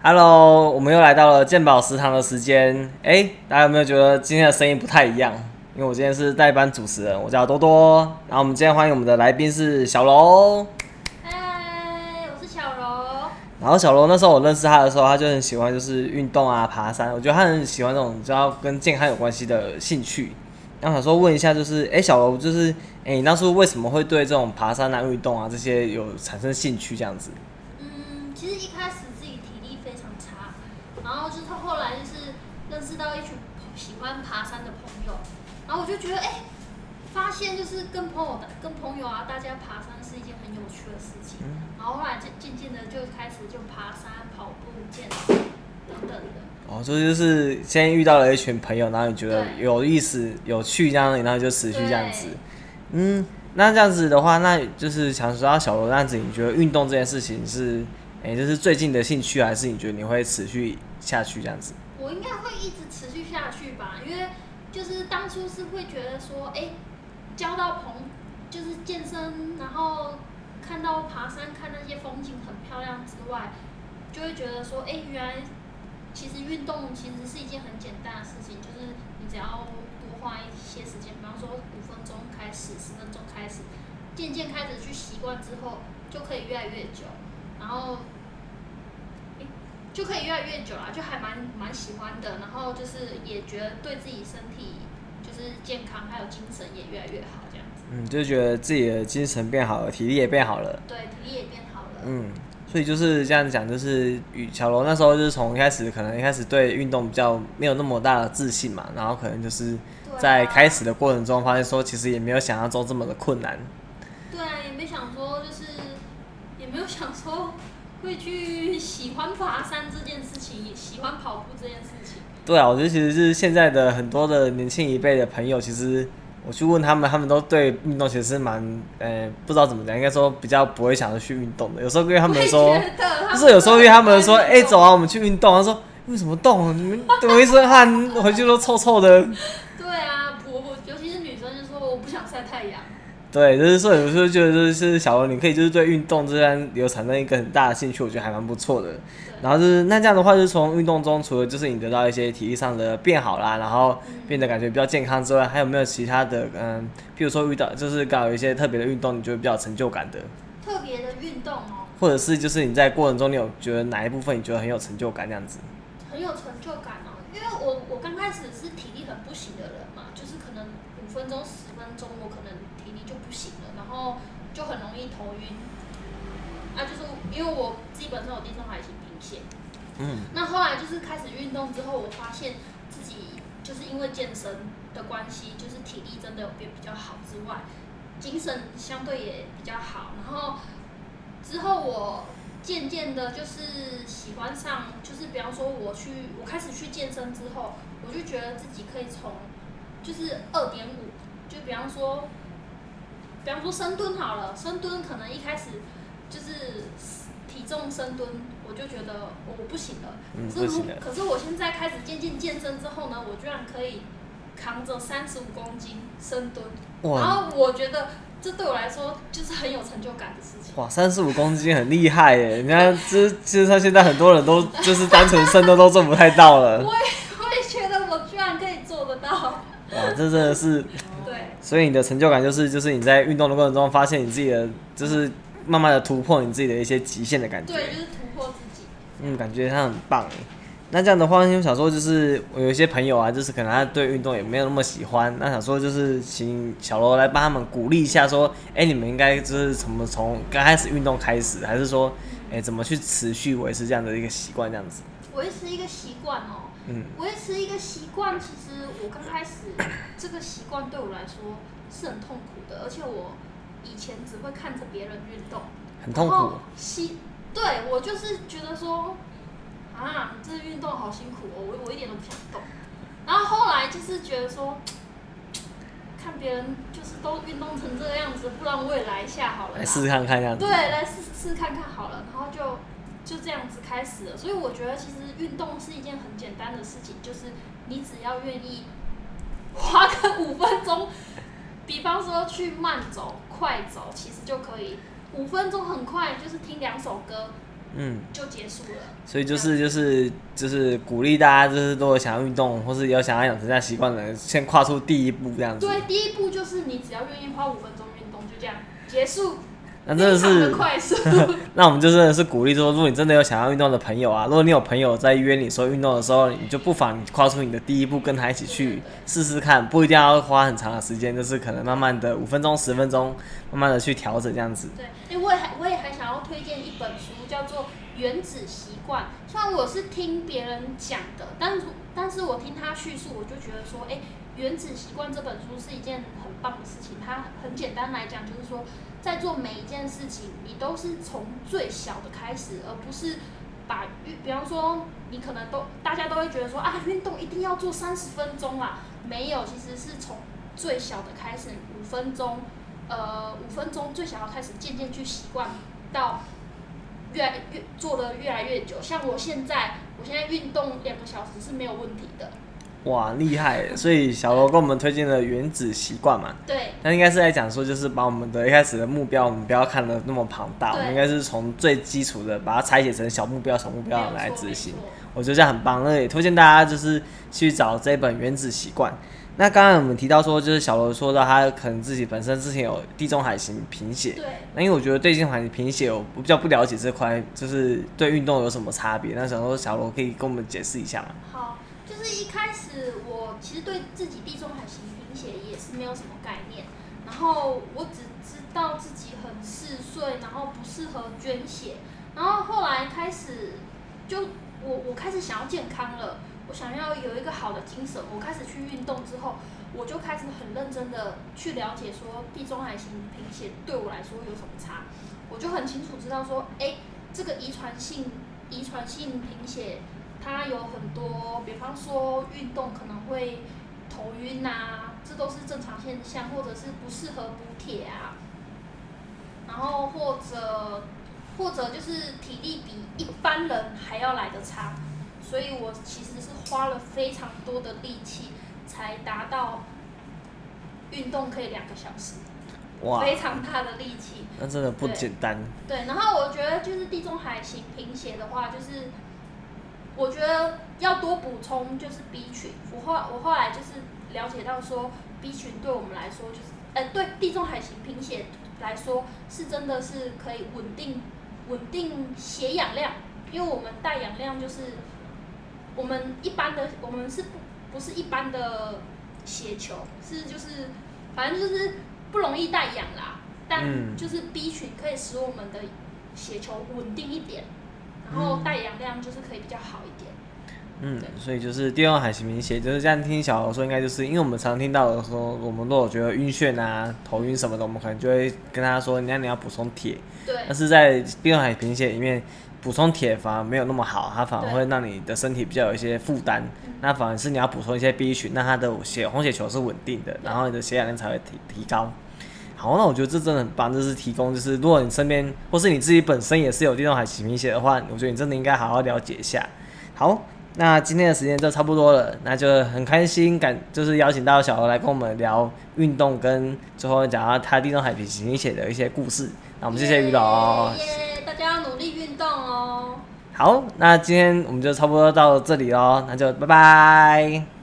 Hello，我们又来到了健保食堂的时间。大家有没有觉得今天的声音不太一样？因为我今天是代班主持人，我叫多多。然后我们今天欢迎我们的来宾是小柔。 嗨，我是小柔。 然后小柔那时候我认识他的时候，他就很喜欢就是运动啊、爬山。我觉得他很喜欢那种只要跟健康有关系的兴趣。然后想说问一下，就是小柔，就是你那时候为什么会对这种爬山啊、运动啊这些有产生兴趣这样子？ 其实一开始自己体力非常差，然后就是后来就是认识到一群喜欢爬山的朋友，然后我就觉得发现就是跟朋友啊，大家爬山是一件很有趣的事情。然后后来渐渐的就开始就爬山、跑步、健身等等的。 所以就是先遇到了一群朋友，然后你觉得有意思、有趣这样，然后就持续这样子。那这样子的话，那就是想知道小罗这样子，你觉得运动这件事情是，就是最近的兴趣，还是你觉得你会持续下去这样子？ 我应该会一直持续下去吧，因为就是当初是会觉得说，交到就是健身，然后看到爬山看那些风景很漂亮之外，就会觉得说，原来其实运动其实是一件很简单的事情，就是你只要多花一些时间，比方说5分钟开始、10分钟开始，渐渐开始去习惯之后，就可以越来越久，然后就可以越来越久啦，就还蛮喜欢的，然后就是也觉得对自己身体就是健康还有精神也越来越好这样子。 就觉得自己的精神变好了，体力也变好了。 对，体力也变好了。 所以就是这样讲，就是小罗那时候就是从可能一开始对运动比较没有那么大的自信嘛，然后可能就是在开始的过程中发现说，其实也没有想象中这么的困难。 对啊，也没想说也没有想说会去喜欢爬山这件事情，也喜欢跑步这件事情。 对啊，我觉得其实是现在的很多的年轻一辈的朋友，其实我去问他们，他们都对运动其实是蛮不知道怎么讲，应该说比较不会想着去运动的。有时候跟他们说，就是有时候约他们说，走啊，我们去运动。他说为什么动？你们等一身汗，回去都臭臭的。 对啊，我尤其是女生就说我不想晒太阳。 对，就是说有时候觉得就是小罗，你可以就是对运动这样有产生一个很大的兴趣，我觉得还蛮不错的。然后就是那这样的话，就是从运动中，除了就是你得到一些体力上的变好啦，然后变得感觉比较健康之外，还有没有其他的譬如说遇到就是刚好有一些特别的运动，你觉得比较有成就感的？ 特别的运动哦。 或者是就是你在过程中，你有觉得哪一部分你觉得很有成就感这样子？ 很有成就感哦，因为我刚开始是体力很不行的人嘛，就是可能5分钟、10分钟，我可能体力就不行了，然后就很容易头晕。就是因为我自己本身有地中海型贫血。那后来就是开始运动之后，我发现自己就是因为健身的关系，就是体力真的有变比较好之外，精神相对也比较好。然后之后我渐渐的就是喜欢上，就是比方说我开始去健身之后，我就觉得自己可以从就是2.5，就比方说深蹲好了，深蹲可能一开始就是体重深蹲，我就觉得我不行了。可是我现在开始渐渐健身之后呢，我居然可以扛着35公斤深蹲，然后我觉得这对我来说就是很有成就感的事情。 哇35公斤很厉害耶！你看，其实现在很多人都就是单纯深蹲都做不太到了。 我也觉得我居然可以做得到。 哇，这真的是。 对。 所以你的成就感就是你在运动的过程中发现你自己的就是慢慢的突破你自己的一些极限的感觉。 对，就是突破自己。 感觉他很棒耶。那这样的话，我想说就是我有一些朋友啊，就是可能他对运动也没有那么喜欢，那想说就是请小罗来帮他们鼓励一下，说，你们应该就是从刚开始运动开始，还是说，怎么去持续维持这样的一个习惯，这样子。 维持一个习惯哦。维持一个习惯，其实我刚开始这个习惯对我来说是很痛苦的，而且我以前只会看着别人运动， 很痛苦。 对，我就是觉得说，这运动好辛苦哦，我一点都不想动。然后后来就是觉得说，看别人就是都运动成这个样子，不然我也来一下好了。 来试试看看这样子。 对，来试看看好了，然后就这样子开始了。所以我觉得其实运动是一件很简单的事情，就是你只要愿意花个5分钟，比方说去慢走、快走，其实就可以。5分钟很快，就是听2首歌， 就结束了。 所以就是鼓励大家，就是如果想要运动，或是有想要养成这样习惯的人，先跨出第一步这样子。 对，第一步就是你只要愿意花5分钟运动，就这样结束。 那真的是快速。 那我们就真的是鼓励说，如果你真的有想要运动的朋友啊，如果你有朋友在约你说运动的时候，你就不妨跨出你的第一步，跟他一起去试试看，不一定要花很长的时间，就是可能慢慢的5分钟、10分钟，慢慢的去调整这样子。 对，我也还想要推荐一本书，叫做《原子习惯》。虽然我是听别人讲的，但是我听他叙述，我就觉得说，原子习惯这本书是一件很棒的事情。它很简单来讲，就是说，在做每一件事情，你都是从最小的开始，而不是比方说，你可能大家都会觉得说啊，运动一定要做30分钟啦，没有，其实是从最小的开始，5分钟最小的开始，渐渐去习惯，到做的越来越久。像我现在运动2个小时是没有问题的。 哇，厉害！所以小罗跟我们推荐了原子习惯嘛， 对， 那应该是在讲说，就是把我们的一开始的目标，我们不要看得那么庞大，我们应该是从最基础的把它拆解成小目标来执行。我觉得这样很棒，那也推荐大家就是去找这本原子习惯。那刚刚我们提到说，就是小罗说到他可能自己本身之前有地中海型贫血， 对。 那因为我觉得对地中海型贫血我比较不了解这块，就是对运动有什么差别？那想说小罗可以跟我们解释一下吗？ 好，就是一开始我其实对自己地中海型贫血也是没有什么概念，然后我只知道自己很嗜睡，然后不适合捐血，然后后来开始就我开始想要健康了。我想要有一个好的精神，我开始去运动之后，我就开始很认真的去了解说地中海型贫血对我来说有什么差，我就很清楚知道说，这个遗传性贫血，它有很多，比方说运动可能会头晕啊，这都是正常现象，或者是不适合补铁啊，然后或者就是体力比一般人还要来得差。所以我其实是花了非常多的力气，才达到运动可以2个小时，哇，非常大的力气， 那真的不简单。 对，然后我觉得就是地中海型贫血的话，就是我觉得要多补充就是 B 群。我后来就是了解到说 B 群对我们来说就是，对地中海型贫血来说是真的是可以稳定血氧量，因为我们带氧量就是。我们是不是一般的血球，是就是反正就是不容易带氧啦，但就是 B 群可以使我们的血球稳定一点，然后带氧量就是可以比较好一点。 所以就是地中海型贫血，就是这样听小罗说，应该就是因为我们常听到的说，我们如果觉得晕眩啊、头晕什么的，我们可能就会跟他说，你要补充铁。 对。但是在地中海贫血里面，补充铁反而没有那么好，它反而会让你的身体比较有一些负担。那反而是你要补充一些 B 群，那它的红血球是稳定的，然后你的血氧量才会提高。好，那我觉得这真的很棒，就是提供，就是如果你身边或是你自己本身也是有地中海型贫血的话，我觉得你真的应该好好了解一下。好，那今天的时间就差不多了，那就很开心就是邀请到小罗来跟我们聊运动，跟最后讲到他地中海型贫血的一些故事。那我们谢谢于老， 大家要努力运动哦。 好，那今天我们就差不多到这里咯，那就拜拜。